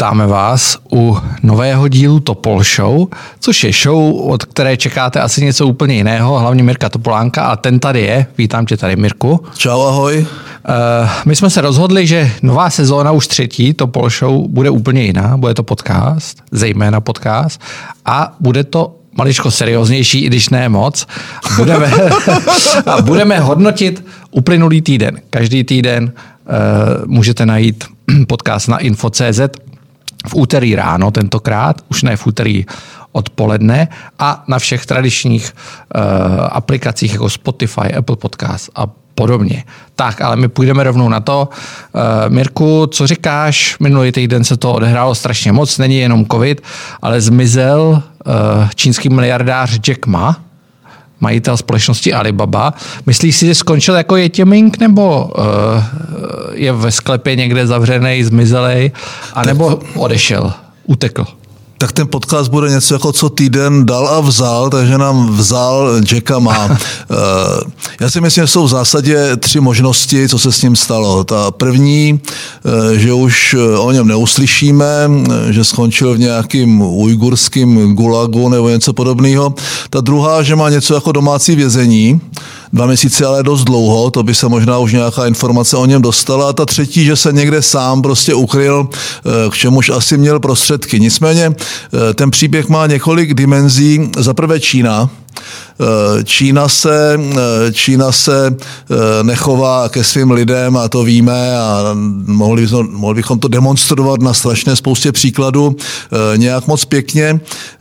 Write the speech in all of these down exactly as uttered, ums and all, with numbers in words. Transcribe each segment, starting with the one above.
Vítáme vás u nového dílu Topol Show, což je show, od které čekáte asi něco úplně jiného, hlavně Mirka Topolánka, a ten tady je. Vítám tě tady, Mirku. Čau, ahoj. Uh, my jsme se rozhodli, že nová sezóna, už třetí Topol Show, bude úplně jiná. Bude to podcast, zejména podcast, a bude to maličko serióznější, i když ne moc. Budeme, a budeme hodnotit uplynulý týden. Každý týden uh, můžete najít podcast na info tečka cé zet v úterý ráno tentokrát, už ne v úterý odpoledne, a na všech tradičních uh, aplikacích jako Spotify, Apple Podcast a podobně. Tak, ale my půjdeme rovnou na to. Uh, Mirku, co říkáš? Minulý týden se to odehrálo strašně moc, není jenom covid, ale zmizel uh, čínský miliardář Jack Ma, majitel společnosti Alibaba. Myslíš si, že skončil jako Jetěmink, nebo uh, je ve sklepě někde zavřenej, zmizelej, anebo odešel, utekl? Tak ten podcast bude něco jako co týden dal a vzal, takže nám vzal Jacka Ma. Já si myslím, že jsou v zásadě tři možnosti, co se s ním stalo. Ta první, že už o něm neuslyšíme, že skončil v nějakým ujgurským gulagu nebo něco podobného. Ta druhá, že má něco jako domácí vězení. Dva měsíce, ale dost dlouho, to by se možná už nějaká informace o něm dostala. A ta třetí, že se někde sám prostě ukryl, k čemuž asi měl prostředky. Nicméně ten příběh má několik dimenzí. Za prvé Čína. Čína se, Čína se nechová ke svým lidem, a to víme, a mohli, mohli bychom to demonstrovat na strašné spoustě příkladů nějak moc pěkně.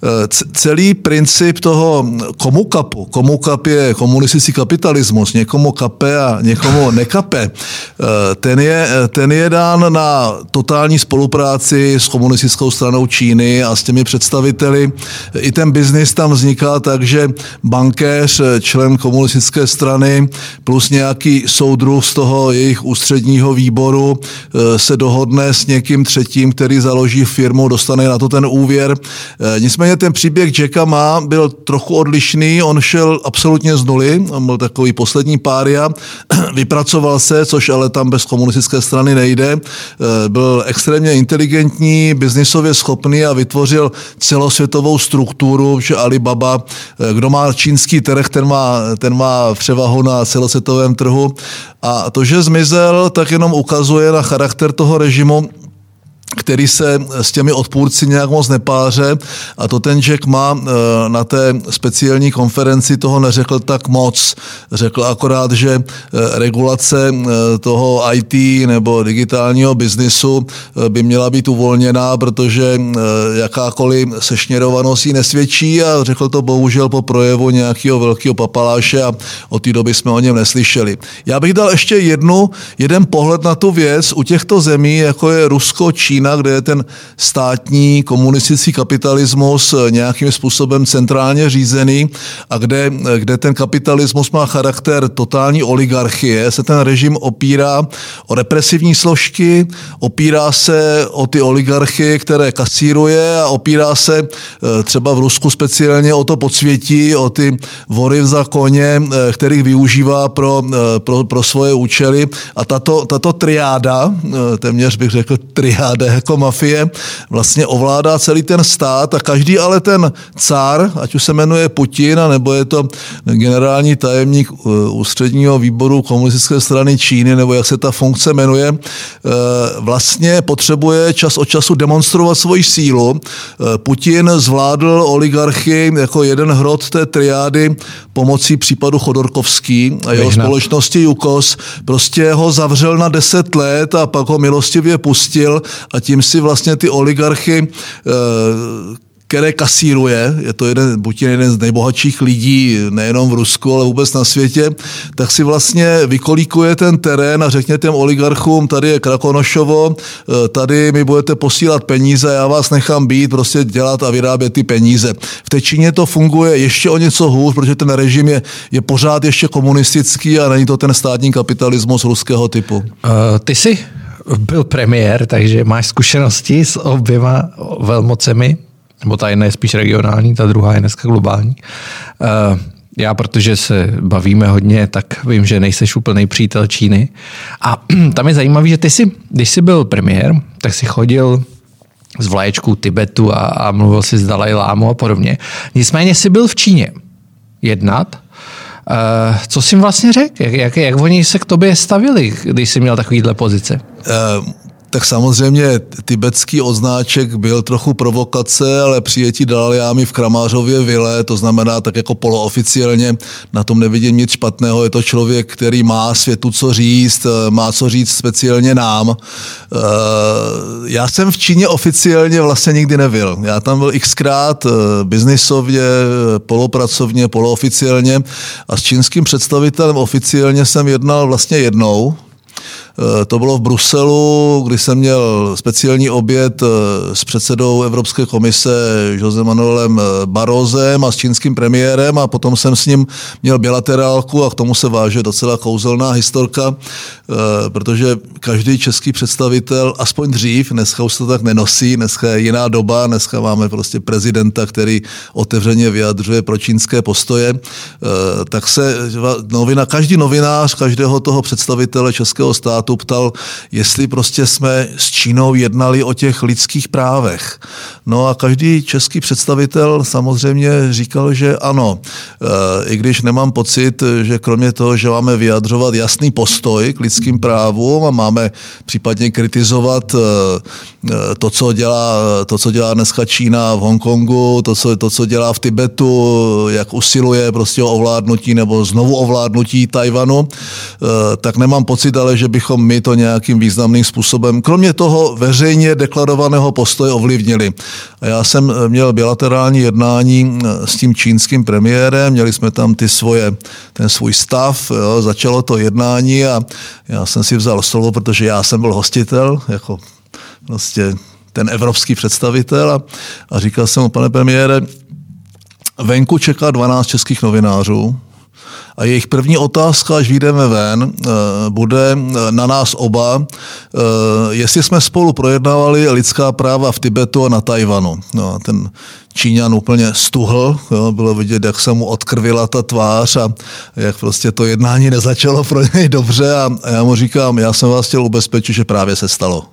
Celý princip toho komu kapu, komu kap je komunistický kapitalismus, někomu kape a někomu nekape, ten je, ten je dán na totální spolupráci s komunistickou stranou Číny a s těmi představiteli. I ten biznis tam vzniká tak, že bankéř, člen komunistické strany plus nějaký soudruh z toho jejich ústředního výboru se dohodne s někým třetím, který založí firmu, dostane na to ten úvěr. Nicméně ten příběh Jacka Ma byl trochu odlišný, on šel absolutně z nuly, on byl takový poslední pária, vypracoval se, což ale tam bez komunistické strany nejde, byl extrémně inteligentní, biznisově schopný a vytvořil celosvětovou strukturu, že Alibaba, kdo má čínský trh, ten má, ten má převahu na celosvětovém trhu, a to, že zmizel, tak jenom ukazuje na charakter toho režimu, který se s těmi odpůrci nějak moc nepáře, a to ten Jack Ma na té speciální konferenci toho neřekl tak moc. Řekl akorát, že regulace toho í té nebo digitálního biznisu by měla být uvolněná, protože jakákoliv sešněrovanost jí nesvědčí, a řekl to bohužel po projevu nějakého velkého papaláše a od té doby jsme o něm neslyšeli. Já bych dal ještě jednu, jeden pohled na tu věc u těchto zemí, jako je Rusko, Čína, kde je ten státní komunistický kapitalismus nějakým způsobem centrálně řízený a kde, kde ten kapitalismus má charakter totální oligarchie, se ten režim opírá o represivní složky, opírá se o ty oligarchy, které kasíruje, a opírá se třeba v Rusku speciálně o to podsvětí, o ty vory v zákoně, kterých využívá pro, pro, pro svoje účely. A tato, tato triáda, téměř bych řekl triáda jako mafie, vlastně ovládá celý ten stát, a každý ale ten cár, ať už se jmenuje Putin, nebo je to generální tajemník ústředního výboru komunistické strany Číny, nebo jak se ta funkce jmenuje, vlastně potřebuje čas od času demonstrovat svoji sílu. Putin zvládl oligarchy jako jeden hrot té triády pomocí případu Chodorkovský a jeho Vyhnat. společnosti Jukos. Prostě ho zavřel na deset let a pak ho milostivě pustil, a tím si vlastně ty oligarchy, které kasíruje, je to jeden, buď jeden z nejbohatších lidí nejenom v Rusku, ale vůbec na světě, tak si vlastně vykolíkuje ten terén a řekne těm oligarchům, tady je Krakonošovo, tady mi budete posílat peníze, já vás nechám být, prostě dělat a vyrábět ty peníze. V té Číně to funguje ještě o něco hůř, protože ten režim je, je pořád ještě komunistický a není to ten státní kapitalismus ruského typu. Uh, ty jsi byl premiér, takže máš zkušenosti s oběma velmocemi, nebo ta jedna je spíš regionální, ta druhá je dneska globální. Já, protože se bavíme hodně, tak vím, že nejseš úplný přítel Číny. A tam je zajímavý, že ty jsi, když jsi byl premiér, tak jsi chodil s vlaječkou Tibetu a, a mluvil si s Dalaj Lámou a podobně. Nicméně jsi byl v Číně jednat. Uh, co jsi jim vlastně řekl? Jak, jak, jak oni se k tobě stavili, když jsi měl takovýhle pozice? Uh... Tak samozřejmě tibetský odznáček byl trochu provokace, ale přijetí Dalaj Lámy v Kramářově vile, to znamená tak jako polooficiálně, na tom nevidím nic špatného, je to člověk, který má světu co říct, má co říct speciálně nám. Já jsem v Číně oficiálně vlastně nikdy nebyl. Já tam byl xkrát biznisově, polopracovně, polooficiálně a s čínským představitelem oficiálně jsem jednal vlastně jednou. To bylo v Bruselu, kdy jsem měl speciální oběd s předsedou Evropské komise José Manuelem Barrosem a s čínským premiérem a potom jsem s ním měl bilaterálku a k tomu se váže docela kouzelná historka, protože každý český představitel, aspoň dřív, dneska už se to tak nenosí, dneska je jiná doba, dneska máme prostě prezidenta, který otevřeně vyjadřuje pro čínské postoje, tak se novina, každý novinář, každého toho představitele českého státu ptal, jestli prostě jsme s Čínou jednali o těch lidských právech. No a každý český představitel samozřejmě říkal, že ano. I když nemám pocit, že kromě toho, že máme vyjadřovat jasný postoj k lidským právům a máme případně kritizovat to, co dělá, to, co dělá dneska Čína v Hongkongu, to, co, to, co dělá v Tibetu, jak usiluje prostě o ovládnutí nebo znovu ovládnutí Tajvanu, tak nemám pocit, ale že bychom my to nějakým významným způsobem, kromě toho veřejně deklarovaného postoje, ovlivnili. A já jsem měl bilaterální jednání s tím čínským premiérem, měli jsme tam ty svoje, ten svůj stav, jo, začalo to jednání a já jsem si vzal slovo, protože já jsem byl hostitel, jako vlastně ten evropský představitel a, a říkal jsem mu, pane premiére, venku čeká dvanáct českých novinářů, a jejich první otázka, až vyjdeme ven, bude na nás oba, jestli jsme spolu projednávali lidská práva v Tibetu a na Tajvanu. No, ten Číňan úplně stuhl, jo, bylo vidět, jak se mu odkrvila ta tvář a jak prostě to jednání nezačalo pro něj dobře a já mu říkám, já jsem vás chtěl ubezpečit, že právě se stalo.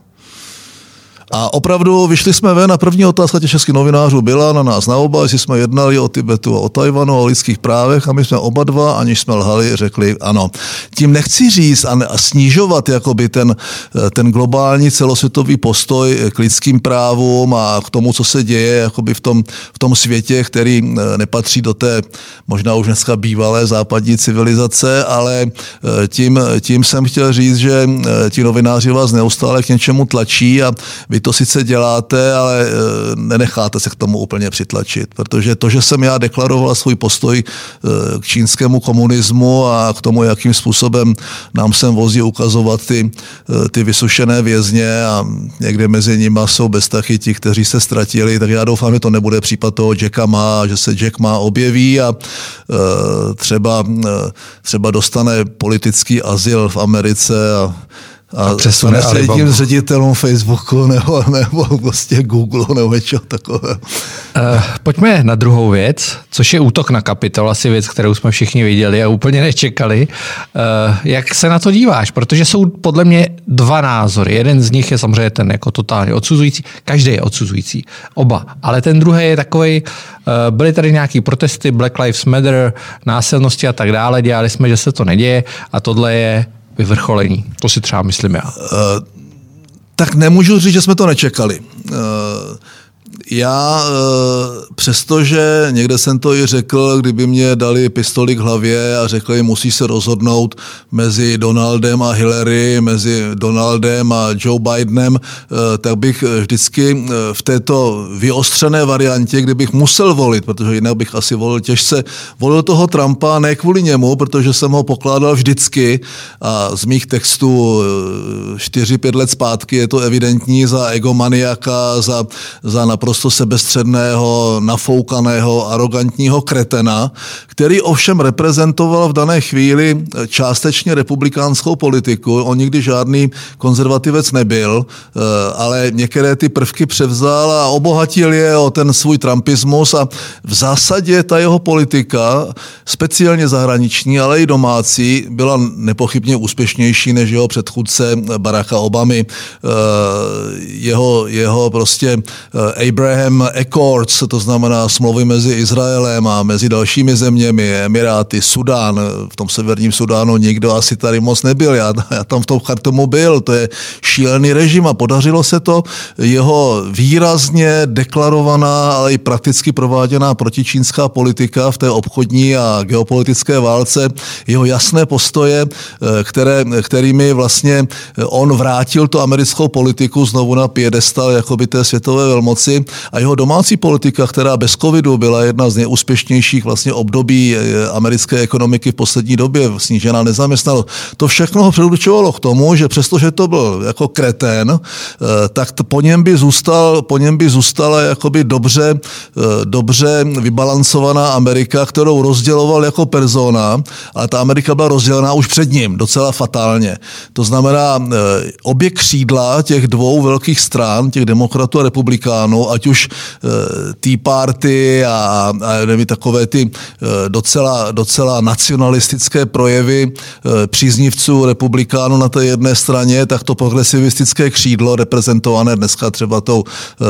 A opravdu vyšli jsme ven a první otázka těch českých novinářů byla na nás na oba, jestli jsme jednali o Tibetu a o Tajvanu, o lidských právech a my jsme oba dva, aniž jsme lhali, řekli ano. Tím nechci říct a, ne, a snižovat jakoby ten, ten globální celosvětový postoj k lidským právům a k tomu, co se děje jakoby v tom, v tom světě, který nepatří do té možná už dneska bývalé západní civilizace, ale tím, tím jsem chtěl říct, že ti novináři vás neustále k něčemu tlačí a vy to sice děláte, ale nenecháte se k tomu úplně přitlačit, protože to, že jsem já deklaroval svůj postoj k čínskému komunismu a k tomu, jakým způsobem nám sem vozí ukazovat ty, ty vysušené vězně a někde mezi nimi jsou beztachy ti, kteří se ztratili, tak já doufám, že to nebude případ toho Jacka Ma, že se Jack Ma objeví a třeba, třeba dostane politický azyl v Americe a A, a přesune se tím ředitelům Facebooku nebo, nebo prostě Google nebo něčeho takového. Uh, pojďme na druhou věc, což je útok na Kapitol, asi věc, kterou jsme všichni viděli a úplně nečekali. Uh, jak se na to díváš? Protože jsou podle mě dva názory. Jeden z nich je samozřejmě ten jako totálně odsuzující. Každý je odsuzující. Oba. Ale ten druhý je takovej, uh, byly tady nějaký protesty, Black Lives Matter, násilnosti a tak dále. Dělali jsme, že se to neděje a tohle je vyvrcholení. To si třeba myslím já. Uh, tak nemůžu říct, že jsme to nečekali. Uh, já, uh, přestože někde jsem to i řekl, kdyby mě dali pistoli k hlavě a řekli, musí se rozhodnout mezi Donaldem a Hillary, mezi Donaldem a Joe Bidenem, uh, tak bych vždycky uh, v této vyostřené variantě, kdybych musel volit, protože jinak bych asi volil těžce, volil toho Trumpa ne kvůli němu, protože jsem ho pokládal vždycky a z mých textů čtyři, pět let zpátky je to evidentní za egomaniaka, za, za naprosto naprosto sebestředného, nafoukaného, arrogantního kretena, který ovšem reprezentoval v dané chvíli částečně republikánskou politiku. On nikdy žádný konzervativec nebyl, ale některé ty prvky převzal a obohatil je o ten svůj trumpismus a v zásadě ta jeho politika, speciálně zahraniční, ale i domácí, byla nepochybně úspěšnější než jeho předchůdce Baracka Obamy. Jeho, jeho prostě Abraham Accords, to znamená smlouvy mezi Izraelem a mezi dalšími zeměmi, Emiráty, Sudán. V tom severním Sudánu nikdo asi tady moc nebyl. Já, já tam v tom Chartumu byl. To je šílený režim a podařilo se to. Jeho výrazně deklarovaná, ale i prakticky prováděná protičínská politika v té obchodní a geopolitické válce, jeho jasné postoje, které, kterými vlastně on vrátil tu americkou politiku znovu na piedestal jakoby té světové velmoci a jeho domácí politika, která bez covidu byla jedna z nejúspěšnějších vlastně období americké ekonomiky v poslední době, snížená nezaměstnanost. To všechno ho předurčovalo k tomu, že přestože to byl jako kretén, tak po něm by zůstal, po něm by zůstala jakoby dobře, dobře vybalancovaná Amerika, kterou rozděloval jako persona, ale ta Amerika byla rozdělená už před ním, docela fatálně. To znamená, obě křídla těch dvou velkých stran, těch demokratů a republikánů, ať už Tea Party a, a nevím, takové ty docela, docela nacionalistické projevy příznivců republikánů na té jedné straně, tak to progresivistické křídlo, reprezentované dneska třeba tou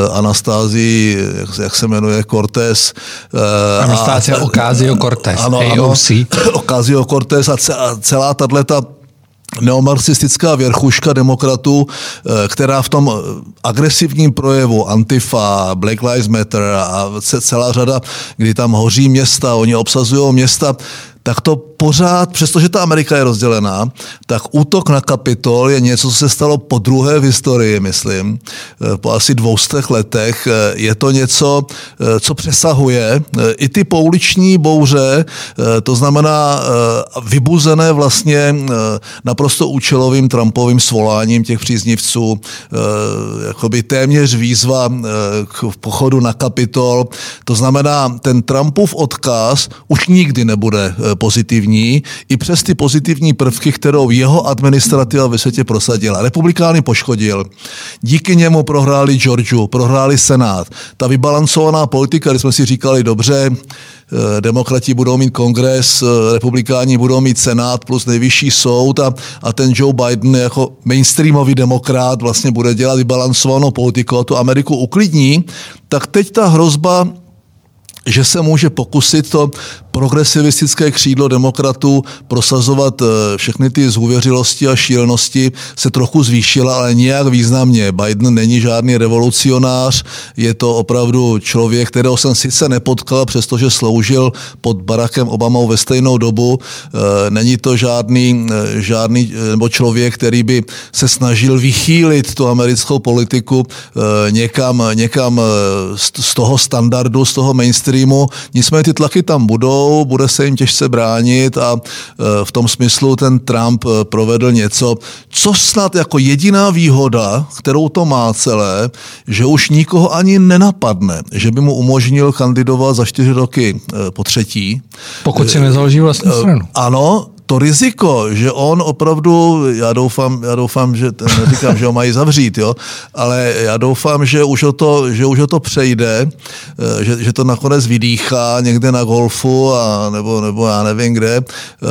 Anastázií, jak, jak se jmenuje, Cortez. Anastácia Ocasio-Cortez, ano, A O C. Ocasio-Cortez a celá tato neomarxistická věrchuška demokratů, která v tom agresivním projevu Antifa, Black Lives Matter a celá řada, kdy tam hoří města, oni obsazují města, tak to pořád, přestože ta Amerika je rozdělená, tak útok na Kapitol je něco, co se stalo po druhé v historii, myslím, po asi dvoustech letech. Je to něco, co přesahuje i ty pouliční bouře, to znamená vybuzené vlastně naprosto účelovým Trumpovým svoláním těch příznivců, jakoby téměř výzva k pochodu na Kapitol. To znamená, ten Trumpův odkaz už nikdy nebude pozitivní, i přes ty pozitivní prvky, kterou jeho administrativa ve světě prosadila. Republikány poškodil. Díky němu prohráli Georgiu, prohráli Senát. Ta vybalancovaná politika, kdy jsme si říkali, dobře, demokrati budou mít kongres, republikáni budou mít senát plus nejvyšší soud a, a ten Joe Biden jako mainstreamový demokrat vlastně bude dělat vybalancovanou politiku a tu Ameriku uklidní, tak teď ta hrozba, že se může pokusit to progresivistické křídlo demokratů prosazovat všechny ty zhůvěřilosti a šílenosti, se trochu zvýšila, ale nijak významně. Biden není žádný revolucionář, je to opravdu člověk, kterého jsem sice nepotkal, přestože sloužil pod Barackem Obamou ve stejnou dobu. Není to žádný, žádný nebo člověk, který by se snažil vychýlit tu americkou politiku někam, někam z toho standardu, z toho mainstreamu. Nicméně ty tlaky tam budou, bude se jim těžce bránit a v tom smyslu ten Trump provedl něco, co snad jako jediná výhoda, kterou to má celé, že už nikoho ani nenapadne, že by mu umožnil kandidovat za čtyři roky po třetí. Pokud si nezaloží vlastní stranu. Ano, to riziko, že on opravdu, já doufám, já doufám, že neříkám, že ho mají zavřít, jo, ale já doufám, že už o to, že už o to přejde, že, že to nakonec vydýchá někde na golfu a nebo, nebo já nevím kde,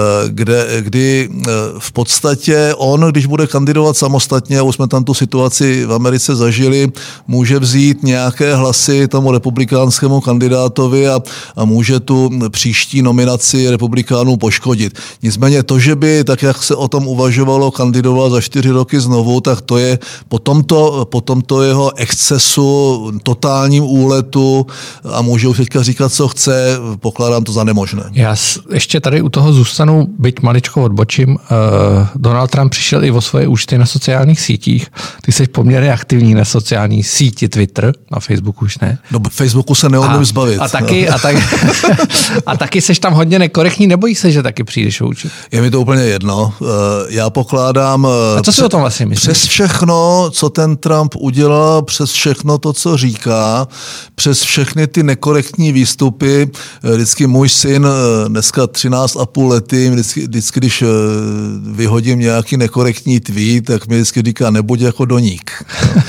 kde, kdy v podstatě on, když bude kandidovat samostatně, a už jsme tam tu situaci v Americe zažili, může vzít nějaké hlasy tomu republikánskému kandidátovi a, a může tu příští nominaci republikánů poškodit. Nicméně to, že by, tak jak se o tom uvažovalo, kandidoval za čtyři roky znovu, tak to je po tomto, po tomto jeho excesu, totálním úletu a může už teďka říkat, co chce, pokládám to za nemožné. Já ještě tady u toho zůstanu, byť maličko odbočím. Uh, Donald Trump přišel i o svoje účty na sociálních sítích. Ty jsi poměrně aktivní na sociální síti Twitter, na Facebooku už ne. No, Facebooku se neumím zbavit. A taky, a, tak, a taky seš tam hodně nekorektní, nebojíš se, že taky přijdeš o účet? Je mi to úplně jedno. Já pokládám... A co si o tom vlastně myslíš? Přes všechno, co ten Trump udělal, přes všechno to, co říká, přes všechny ty nekorektní výstupy, vždycky můj syn, dneska třináct a půl lety, vždycky, vždycky, když vyhodím nějaký nekorektní tweet, tak mi vždycky říká, nebuď jako doník.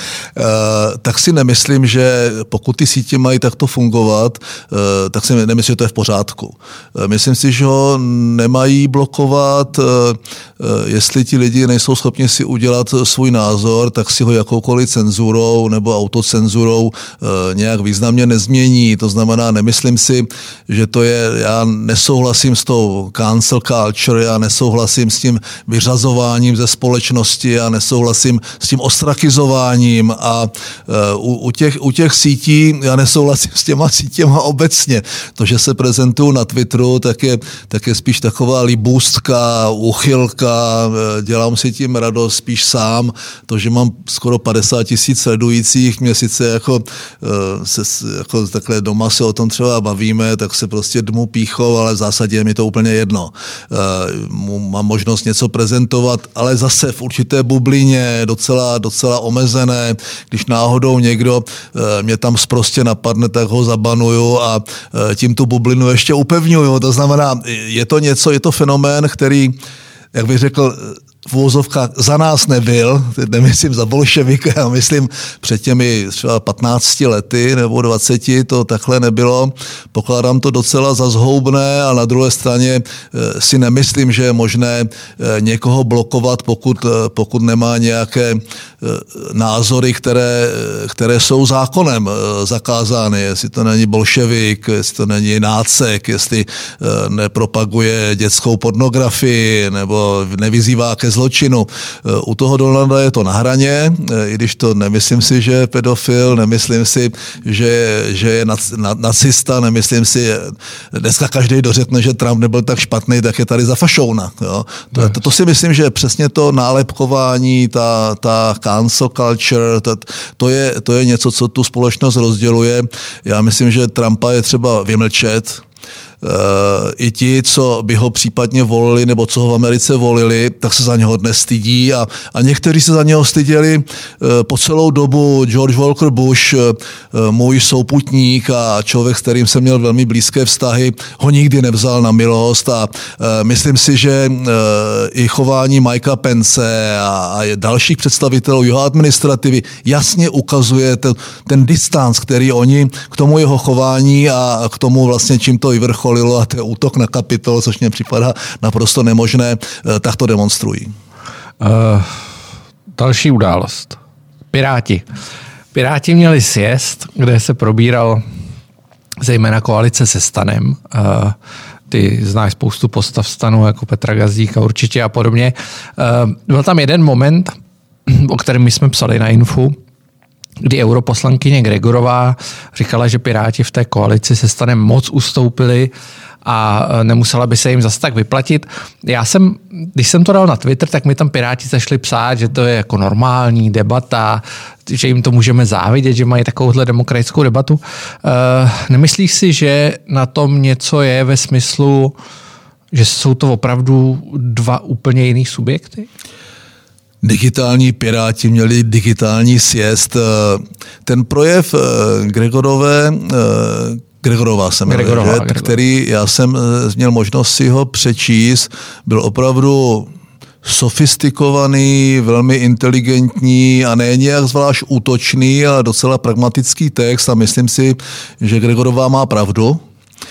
Tak si nemyslím, že pokud ty sítě mají takto fungovat, tak si nemyslím, že to je v pořádku. Myslím si, že ho nemají blokovat, jestli ti lidi nejsou schopni si udělat svůj názor, tak si ho jakoukoliv cenzurou nebo autocenzurou nějak významně nezmění. To znamená, nemyslím si, že to je, já nesouhlasím s tou cancel culture, já nesouhlasím s tím vyřazováním ze společnosti, já nesouhlasím s tím ostrakizováním a u, u, těch, u těch sítí já nesouhlasím s těma sítěma obecně. To, že se prezentují na Twitteru, tak je, tak je spíš taková libůstka, uchylka, dělám si tím radost spíš sám. To, že mám skoro padesát tisíc sledujících, mě sice jako, se, jako takhle doma se o tom třeba bavíme, tak se prostě dmu píchou, ale v zásadě je mi to úplně jedno. Mám možnost něco prezentovat, ale zase v určité bublině, docela, docela omezené. Když náhodou někdo mě tam sprostě napadne, tak ho zabanuju a tím tu bublinu ještě upevňuju. To znamená, je to něco, je to fenomén, který, jak bych řekl, v uvozovkách za nás nebyl, teď nemyslím za bolševika, já myslím před těmi třeba patnácti lety nebo dvaceti to takhle nebylo. Pokládám to docela za zhoubné a na druhé straně si nemyslím, že je možné někoho blokovat, pokud, pokud nemá nějaké názory, které, které jsou zákonem zakázány. Jestli to není bolševik, jestli to není nácek, jestli nepropaguje dětskou pornografii nebo nevyzývá ke zločinu. U toho Donalda je to na hraně, i když to nemyslím si, že je pedofil, nemyslím si, že, že je nacista, nemyslím si, dneska každý dořekne, že Trump nebyl tak špatný, tak je tady za fašouna. Jo. To, to, to si myslím, že je přesně to nálepkování, ta, ta cancel culture, ta, to, je, to je něco, co tu společnost rozděluje. Já myslím, že Trumpa je třeba vymlčet. I ti, co by ho případně volili, nebo co ho v Americe volili, tak se za něho dnes stydí a, a někteří se za něho styděli po celou dobu. George Walker Bush, můj souputník a člověk, s kterým jsem měl velmi blízké vztahy, ho nikdy nevzal na milost a myslím si, že i chování Mikea Pence a dalších představitelů jeho administrativy jasně ukazuje ten, ten distanc, který oni k tomu jeho chování a k tomu vlastně, čím to vyvrcholilo, a to je útok na Kapitol, což mně připadá naprosto nemožné, tak to demonstrují. Uh, další událost. Piráti. Piráti měli sjezd, kde se probíral zejména koalice se STANem. Uh, ty znáš spoustu postav STANu, jako Petra Gazdíka určitě a podobně. Uh, byl tam jeden moment, o kterém my jsme psali na Infu, kdy europoslankyně Gregorová říkala, že Piráti v té koalici se STANem moc ustoupili a nemusela by se jim zase tak vyplatit. Já jsem, když jsem to dal na Twitter, tak mi tam Piráti zašli psát, že to je jako normální debata, že jim to můžeme závidět, že mají takovouhle demokratickou debatu. Nemyslíš si, že na tom něco je ve smyslu, že jsou to opravdu dva úplně jiný subjekty? Digitální Piráti měli digitální sjezd. Ten projev Gregorové, Gregorová se jmenuje, Gregorová, že? Který já jsem měl možnost si ho přečíst, byl opravdu sofistikovaný, velmi inteligentní a ne nějak zvlášť útočný, ale docela pragmatický text a myslím si, že Gregorová má pravdu.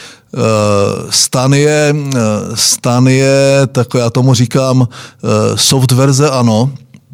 Stan je, Stan je, tak já tomu říkám, soft verze ANO,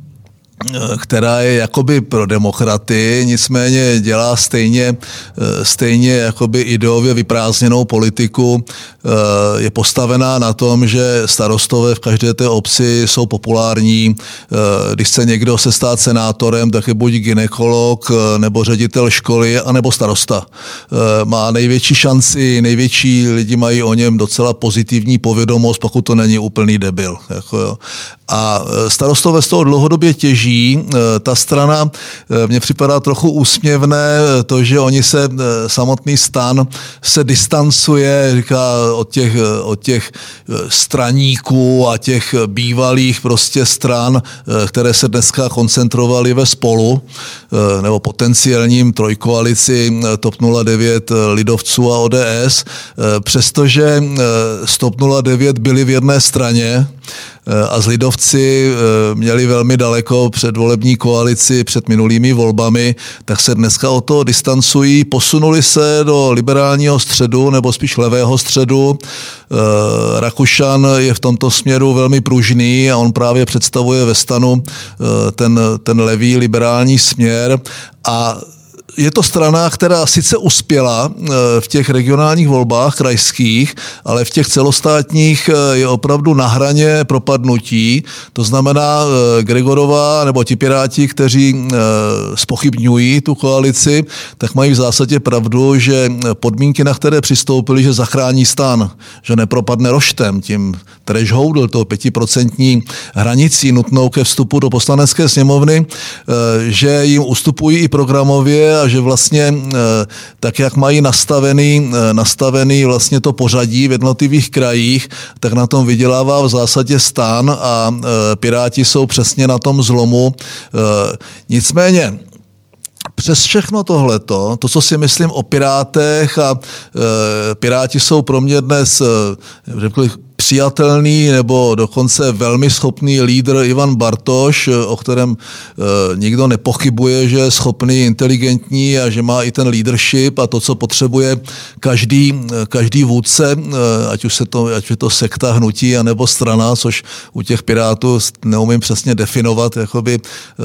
která je jakoby pro demokraty, nicméně dělá stejně, stejně jakoby ideově vyprázdněnou politiku. Je postavená na tom, že starostové v každé té obci jsou populární. Když chce někdo se stát senátorem, tak je buď gynekolog, nebo ředitel školy, anebo starosta. Má největší šanci, největší lidi mají o něm docela pozitivní povědomost, pokud to není úplný debil. Jako jo. A starostové z toho dlouhodobě těží. Ta strana, mně připadá trochu úsměvné to, že oni se, samotný stan se distancuje, říká, od těch, od těch straníků a těch bývalých prostě stran, které se dneska koncentrovaly ve Spolu, nebo potenciálním trojkoalici TOP nula devět, lidovců a O D S, přestože z TOP nula devět byli v jedné straně a z lidovci měli velmi daleko předvolební koalici před minulými volbami, tak se dneska o to distancují, posunuli se do liberálního středu nebo spíš levého středu. Rakušan je v tomto směru velmi pružný a on právě představuje ve stanu ten, ten levý liberální směr a je to strana, která sice uspěla v těch regionálních volbách krajských, ale v těch celostátních je opravdu na hraně propadnutí. To znamená, Gregorová nebo ti Piráti, kteří zpochybňují tu koalici, tak mají v zásadě pravdu, že podmínky, na které přistoupili, že zachrání stan, že nepropadne roštem, tím threshold, to pětiprocentní hranicí nutnou ke vstupu do poslanecké sněmovny, že jim ustupují i programově a že vlastně tak, jak mají nastavený, nastavený vlastně to pořadí v jednotlivých krajích, tak na tom vydělává v zásadě stan a Piráti jsou přesně na tom zlomu. Nicméně přes všechno tohleto, to, co si myslím o Pirátech a e, Piráti jsou pro mě dnes, řekl přijatelný nebo dokonce velmi schopný lídr Ivan Bartoš, o kterém e, nikdo nepochybuje, že je schopný, inteligentní a že má i ten leadership a to, co potřebuje každý, každý vůdce, e, ať už se to, ať je to sekta, hnutí a nebo strana, což u těch Pirátů neumím přesně definovat, jakoby, e,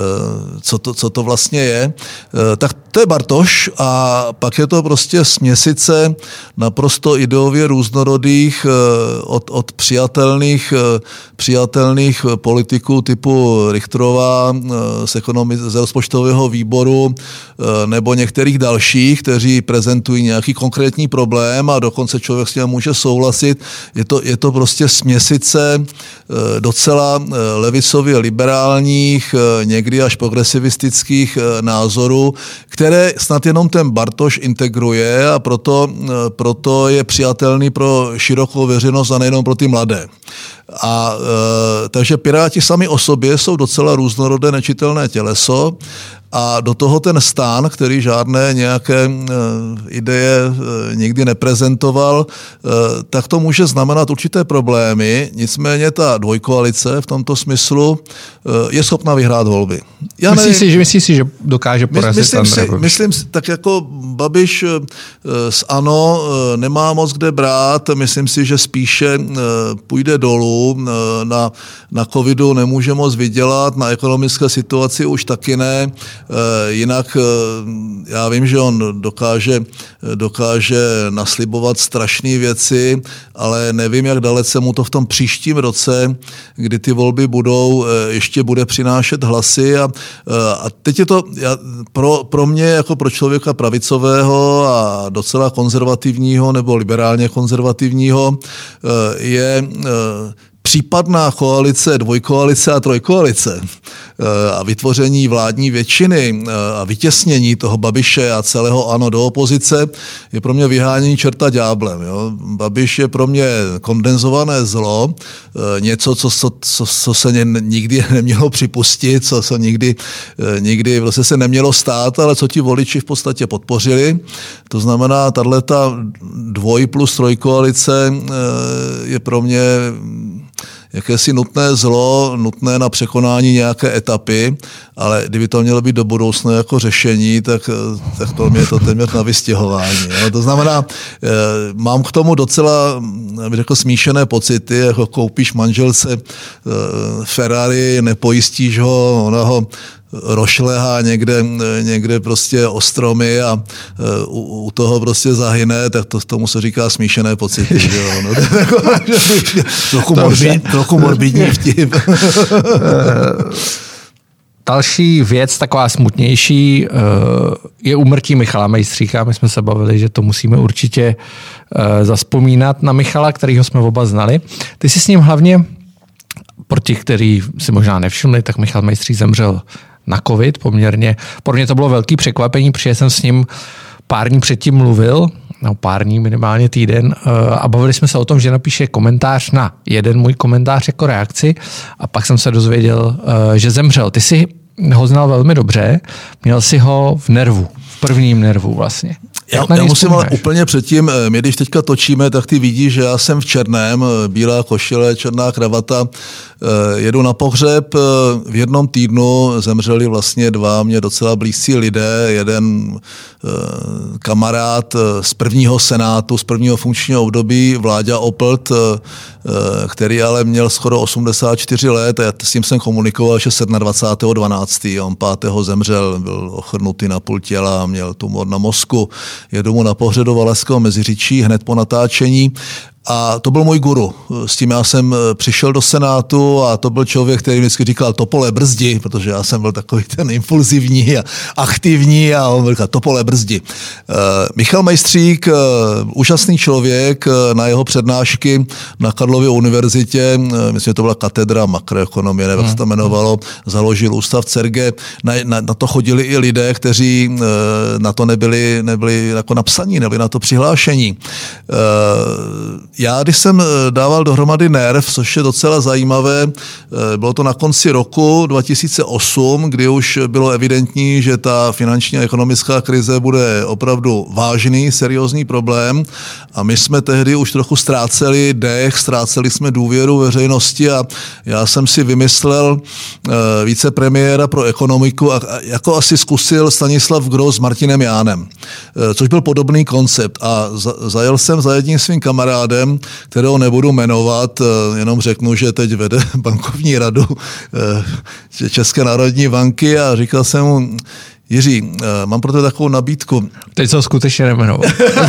co, to, co to vlastně je. E, tak to je Bartoš a pak je to prostě směsice naprosto ideově různorodých e, od, od přijatelných, přijatelných politiků typu Richterová z, ekonomi- z rozpočtového výboru nebo některých dalších, kteří prezentují nějaký konkrétní problém a dokonce člověk s tím může souhlasit. Je to, je to prostě směsice docela levicově liberálních, někdy až progresivistických názorů, které snad jenom ten Bartoš integruje a proto, proto je přijatelný pro širokou veřejnost a nejenom pro ty mladé. A e, takže Piráti sami o sobě jsou docela různorodé nečitelné těleso a do toho ten stan, který žádné nějaké e, ideje e, nikdy neprezentoval, e, tak to může znamenat určité problémy, nicméně ta dvojkoalice v tomto smyslu e, je schopna vyhrát volby. Já myslíš si, že, myslí si, že dokáže porazit myslím si, myslím si, tak jako Babiš e, z ANO e, nemá moc kde brát, myslím si, že spíše e, půjde dolů, e, na, na covidu nemůže moc vydělat, na ekonomické situaci už taky ne. Jinak já vím, že on dokáže, dokáže naslibovat strašné věci, ale nevím, jak dalece mu to v tom příštím roce, kdy ty volby budou, ještě bude přinášet hlasy. A, a teď je to pro, pro mě jako pro člověka pravicového a docela konzervativního nebo liberálně konzervativního je případná koalice, dvojkoalice a trojkoalice a vytvoření vládní většiny a vytěsnění toho Babiše a celého ANO do opozice je pro mě vyhánění čerta ďáblem. Jo. Babiš je pro mě kondenzované zlo, něco, co, co, co, co se nikdy nemělo připustit, co se nikdy, nikdy vlastně se nemělo stát, ale co ti voliči v podstatě podpořili. To znamená, tato dvoj plus trojkoalice je pro mě jakési nutné zlo, nutné na překonání nějaké etapy, ale kdyby to mělo být do budoucna jako řešení, tak, tak pro mě je to téměř na vystěhování. Jo. To znamená, eh, mám k tomu docela, bych řekl, smíšené pocity, jako koupíš manželce eh, Ferrari, nepojistíš ho, ona ho rošlehá někde, někde prostě o stromy a u, u toho prostě zahyne, tak to, tomu se říká smíšené pocity. Že jo? No, trochu, morbid, trochu morbidní vtip. Další věc, taková smutnější, je úmrtí Michala Mejstříka. My jsme se bavili, že to musíme určitě zazpomínat na Michala, kterýho jsme oba znali. Ty jsi s ním hlavně pro ti, kteří si možná nevšimli, tak Michal Mejstřík zemřel na covid poměrně. Pro mě to bylo velký překvapení, protože jsem s ním pár dní předtím mluvil, no pár dní, minimálně týden, a bavili jsme se o tom, že napíše komentář na jeden můj komentář jako reakci a pak jsem se dozvěděl, že zemřel. Ty jsi ho znal velmi dobře, měl si ho v nervu, v prvním nervu vlastně. Já, já musím ale úplně předtím, my když teďka točíme, tak ty vidíš, že já jsem v černém, bílá košile, černá kravata, jedu na pohřeb, v jednom týdnu zemřeli vlastně dva mě docela blízcí lidé, jeden kamarád z prvního senátu, z prvního funkčního období, Vláďa Oplt, který ale měl skoro osmdesát čtyři let a já s tím jsem komunikoval, že dvacátého sedmého dvanáctého On pátého zemřel, byl ochrnutý na půl těla, měl tumor na mozku. Jedu mu na pohřeb do Valašského Meziříčí hned po natáčení. A to byl můj guru. S tím já jsem přišel do Senátu a to byl člověk, který vždycky říkal Topole brzdi, protože já jsem byl takový ten impulzivní a aktivní a on říkal Topole brzdi. Uh, Michal Mejstřík, uh, úžasný člověk, uh, na jeho přednášky na Karlově univerzitě, uh, myslím, že to byla katedra makroekonomie, nevím, jak se to jmenovalo, založil ústav Cerge. Na, na, na to chodili i lidé, kteří uh, na to nebyli, nebyli jako napsaní, nebyli na to přihlášení. Uh, Já, když jsem dával dohromady NERV, což je docela zajímavé, bylo to na konci roku dva tisíce osm, kdy už bylo evidentní, že ta finanční a ekonomická krize bude opravdu vážný, seriózní problém a my jsme tehdy už trochu ztráceli dech, ztráceli jsme důvěru veřejnosti a já jsem si vymyslel vicepremiéra pro ekonomiku a jako asi zkusil Stanislav Gross s Martinem Jánem, což byl podobný koncept a zajel jsem za jedním svým kamarádem, kterého nebudu jmenovat, jenom řeknu, že teď vede bankovní radu České národní banky a říkal jsem mu, Jiří, mám pro to takovou nabídku. Teď jsem skutečně nemenoval.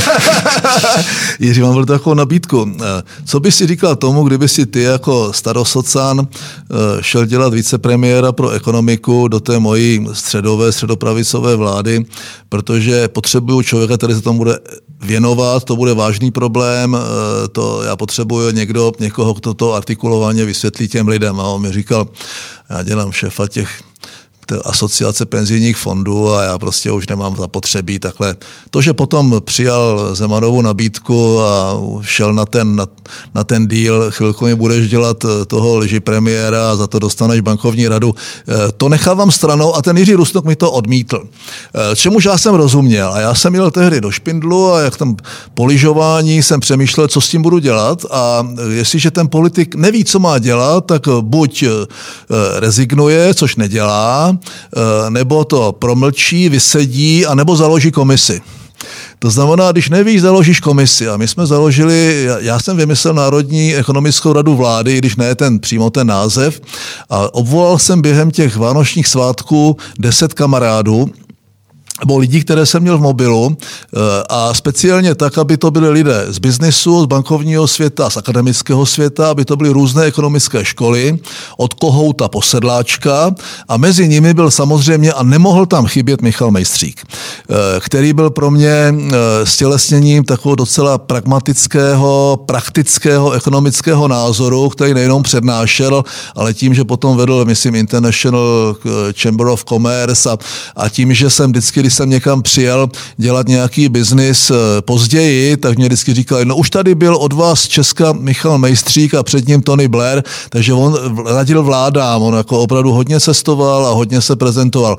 Jiří, mám pro to takovou nabídku. Co bys si říkal tomu, kdyby si ty jako starosocán šel dělat vicepremiéra pro ekonomiku do té mojí středové, středopravicové vlády, protože potřebuju člověka, který se tomu bude věnovat, to bude vážný problém, to já potřebuju někdo, někoho, kdo to artikulovaně vysvětlí těm lidem. A on mi říkal, já dělám šéfa těch asociace penzijních fondů a já prostě už nemám zapotřebí takhle. To, že potom přijal Zemanovu nabídku a šel na ten, na, na ten deal, chvilku mi budeš dělat toho lži premiéra a za to dostaneš bankovní radu, to nechávám stranou a ten Jiří Rusnok mi to odmítl. Čemuž já jsem rozuměl a já jsem jel tehdy do Špindlu a jak tam po lyžování jsem přemýšlel, co s tím budu dělat a jestliže ten politik neví, co má dělat, tak buď rezignuje, což nedělá, nebo to promlčí, vysedí, anebo založí komisi. To znamená, když nevíš, založíš komisi. A my jsme založili, já jsem vymyslel Národní ekonomickou radu vlády, když ne ten, přímo ten název, a obvolal jsem během těch vánočních svátků deset kamarádů, nebo lidí, které jsem měl v mobilu a speciálně tak, aby to byly lidé z biznesu, z bankovního světa, z akademického světa, aby to byly různé ekonomické školy, od Kohouta po Sedláčka a mezi nimi byl samozřejmě a nemohl tam chybět Michal Mejstřík, který byl pro mě stělesněním takového docela pragmatického, praktického ekonomického názoru, který nejenom přednášel, ale tím, že potom vedl, myslím, International Chamber of Commerce a, a tím, že jsem vždycky, když jsem někam přijel dělat nějaký biznis později, tak mě vždycky říkali, no už tady byl od vás z Česka Michal Mejstřík a před ním Tony Blair, takže on radil vládám, on jako opravdu hodně cestoval a hodně se prezentoval.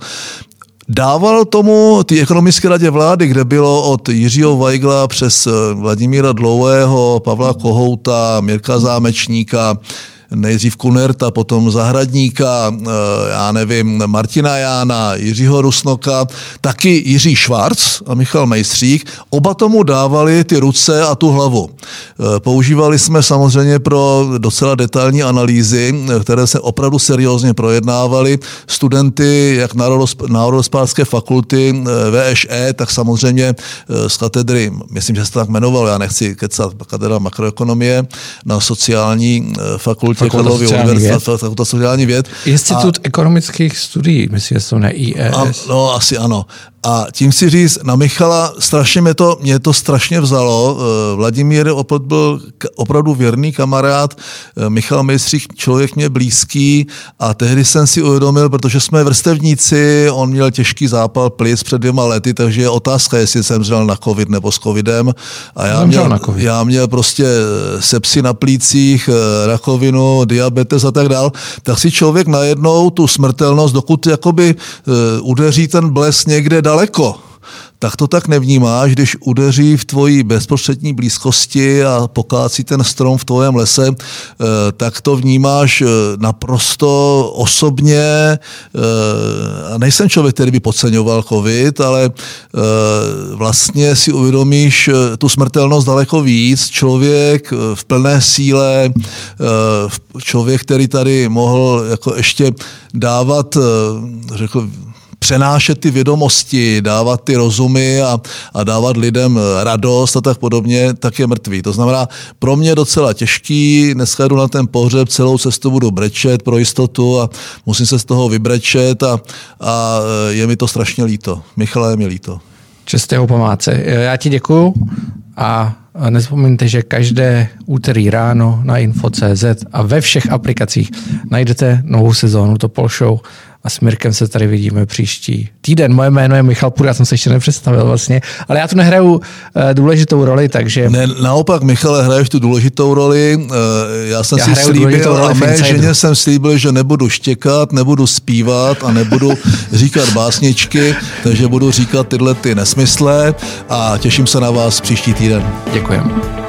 Dával tomu ty ekonomické radě vlády, kde bylo od Jiřího Weigla přes Vladimíra Dlouhého, Pavla Kohouta, Mirka Zámečníka, nejdřív Kunerta, potom Zahradníka, já nevím, Martina Jána, Jiřího Rusnoka, taky Jiří Švarc a Michal Mejstřík. Oba tomu dávali ty ruce a tu hlavu. Používali jsme samozřejmě pro docela detailní analýzy, které se opravdu seriózně projednávaly. Studenty jak Národohospodářské fakulty V Š E, tak samozřejmě z katedry, myslím, že se to tak jmenovalo, já nechci kecat, katedra makroekonomie na sociální fakultě Karlovy univerzity, fakulta sociální věd. Institut a, ekonomických studií, myslím, že to ne I E S. A, no, asi ano. A tím chci říct, na Michala strašně mě to, mě to strašně vzalo. Vladimír Opot byl opravdu věrný kamarád, Michal Mejstřík člověk mě blízký a tehdy jsem si uvědomil, protože jsme vrstevníci, on měl těžký zápal plic před dvěma lety, takže je otázka, jestli jsem zemřel na covid nebo s covidem. A já měl, já měl prostě sepsi na plících, rakovinu, diabetes a tak dál. Tak si člověk najednou tu smrtelnost, dokud jakoby udeří ten blesk někde daleko, tak to tak nevnímáš, když udeří v tvojí bezprostřední blízkosti a pokácí ten strom v tvém lese, tak to vnímáš naprosto osobně. Nejsem člověk, který by podceňoval covid, ale vlastně si uvědomíš tu smrtelnost daleko víc. Člověk v plné síle, člověk, který tady mohl jako ještě dávat, řekl, přenášet ty vědomosti, dávat ty rozumy a, a dávat lidem radost a tak podobně, tak je mrtvý. To znamená, pro mě docela těžký, dneska jdu na ten pohřeb, celou cestu budu brečet pro jistotu a musím se z toho vybrečet a, a je mi to strašně líto. Michala, je mi líto. Čestého památce. Já ti děkuju a nezapomeňte, že každé úterý ráno na info tečka cé zet a ve všech aplikacích najdete novou sezónu Topol Show a s Mirkem se tady vidíme příští týden. Moje jméno je Michal Půr, já jsem se ještě nepředstavil vlastně, ale já tu nehraju uh, důležitou roli, takže... Ne, naopak, Michale, hraješ tu důležitou roli. Uh, já jsem já si slíbil a mé ženě jsem slíbil, že nebudu štěkat, nebudu zpívat a nebudu říkat básničky, takže budu říkat tyhle ty nesmysle a těším se na vás příští týden. Děkujeme.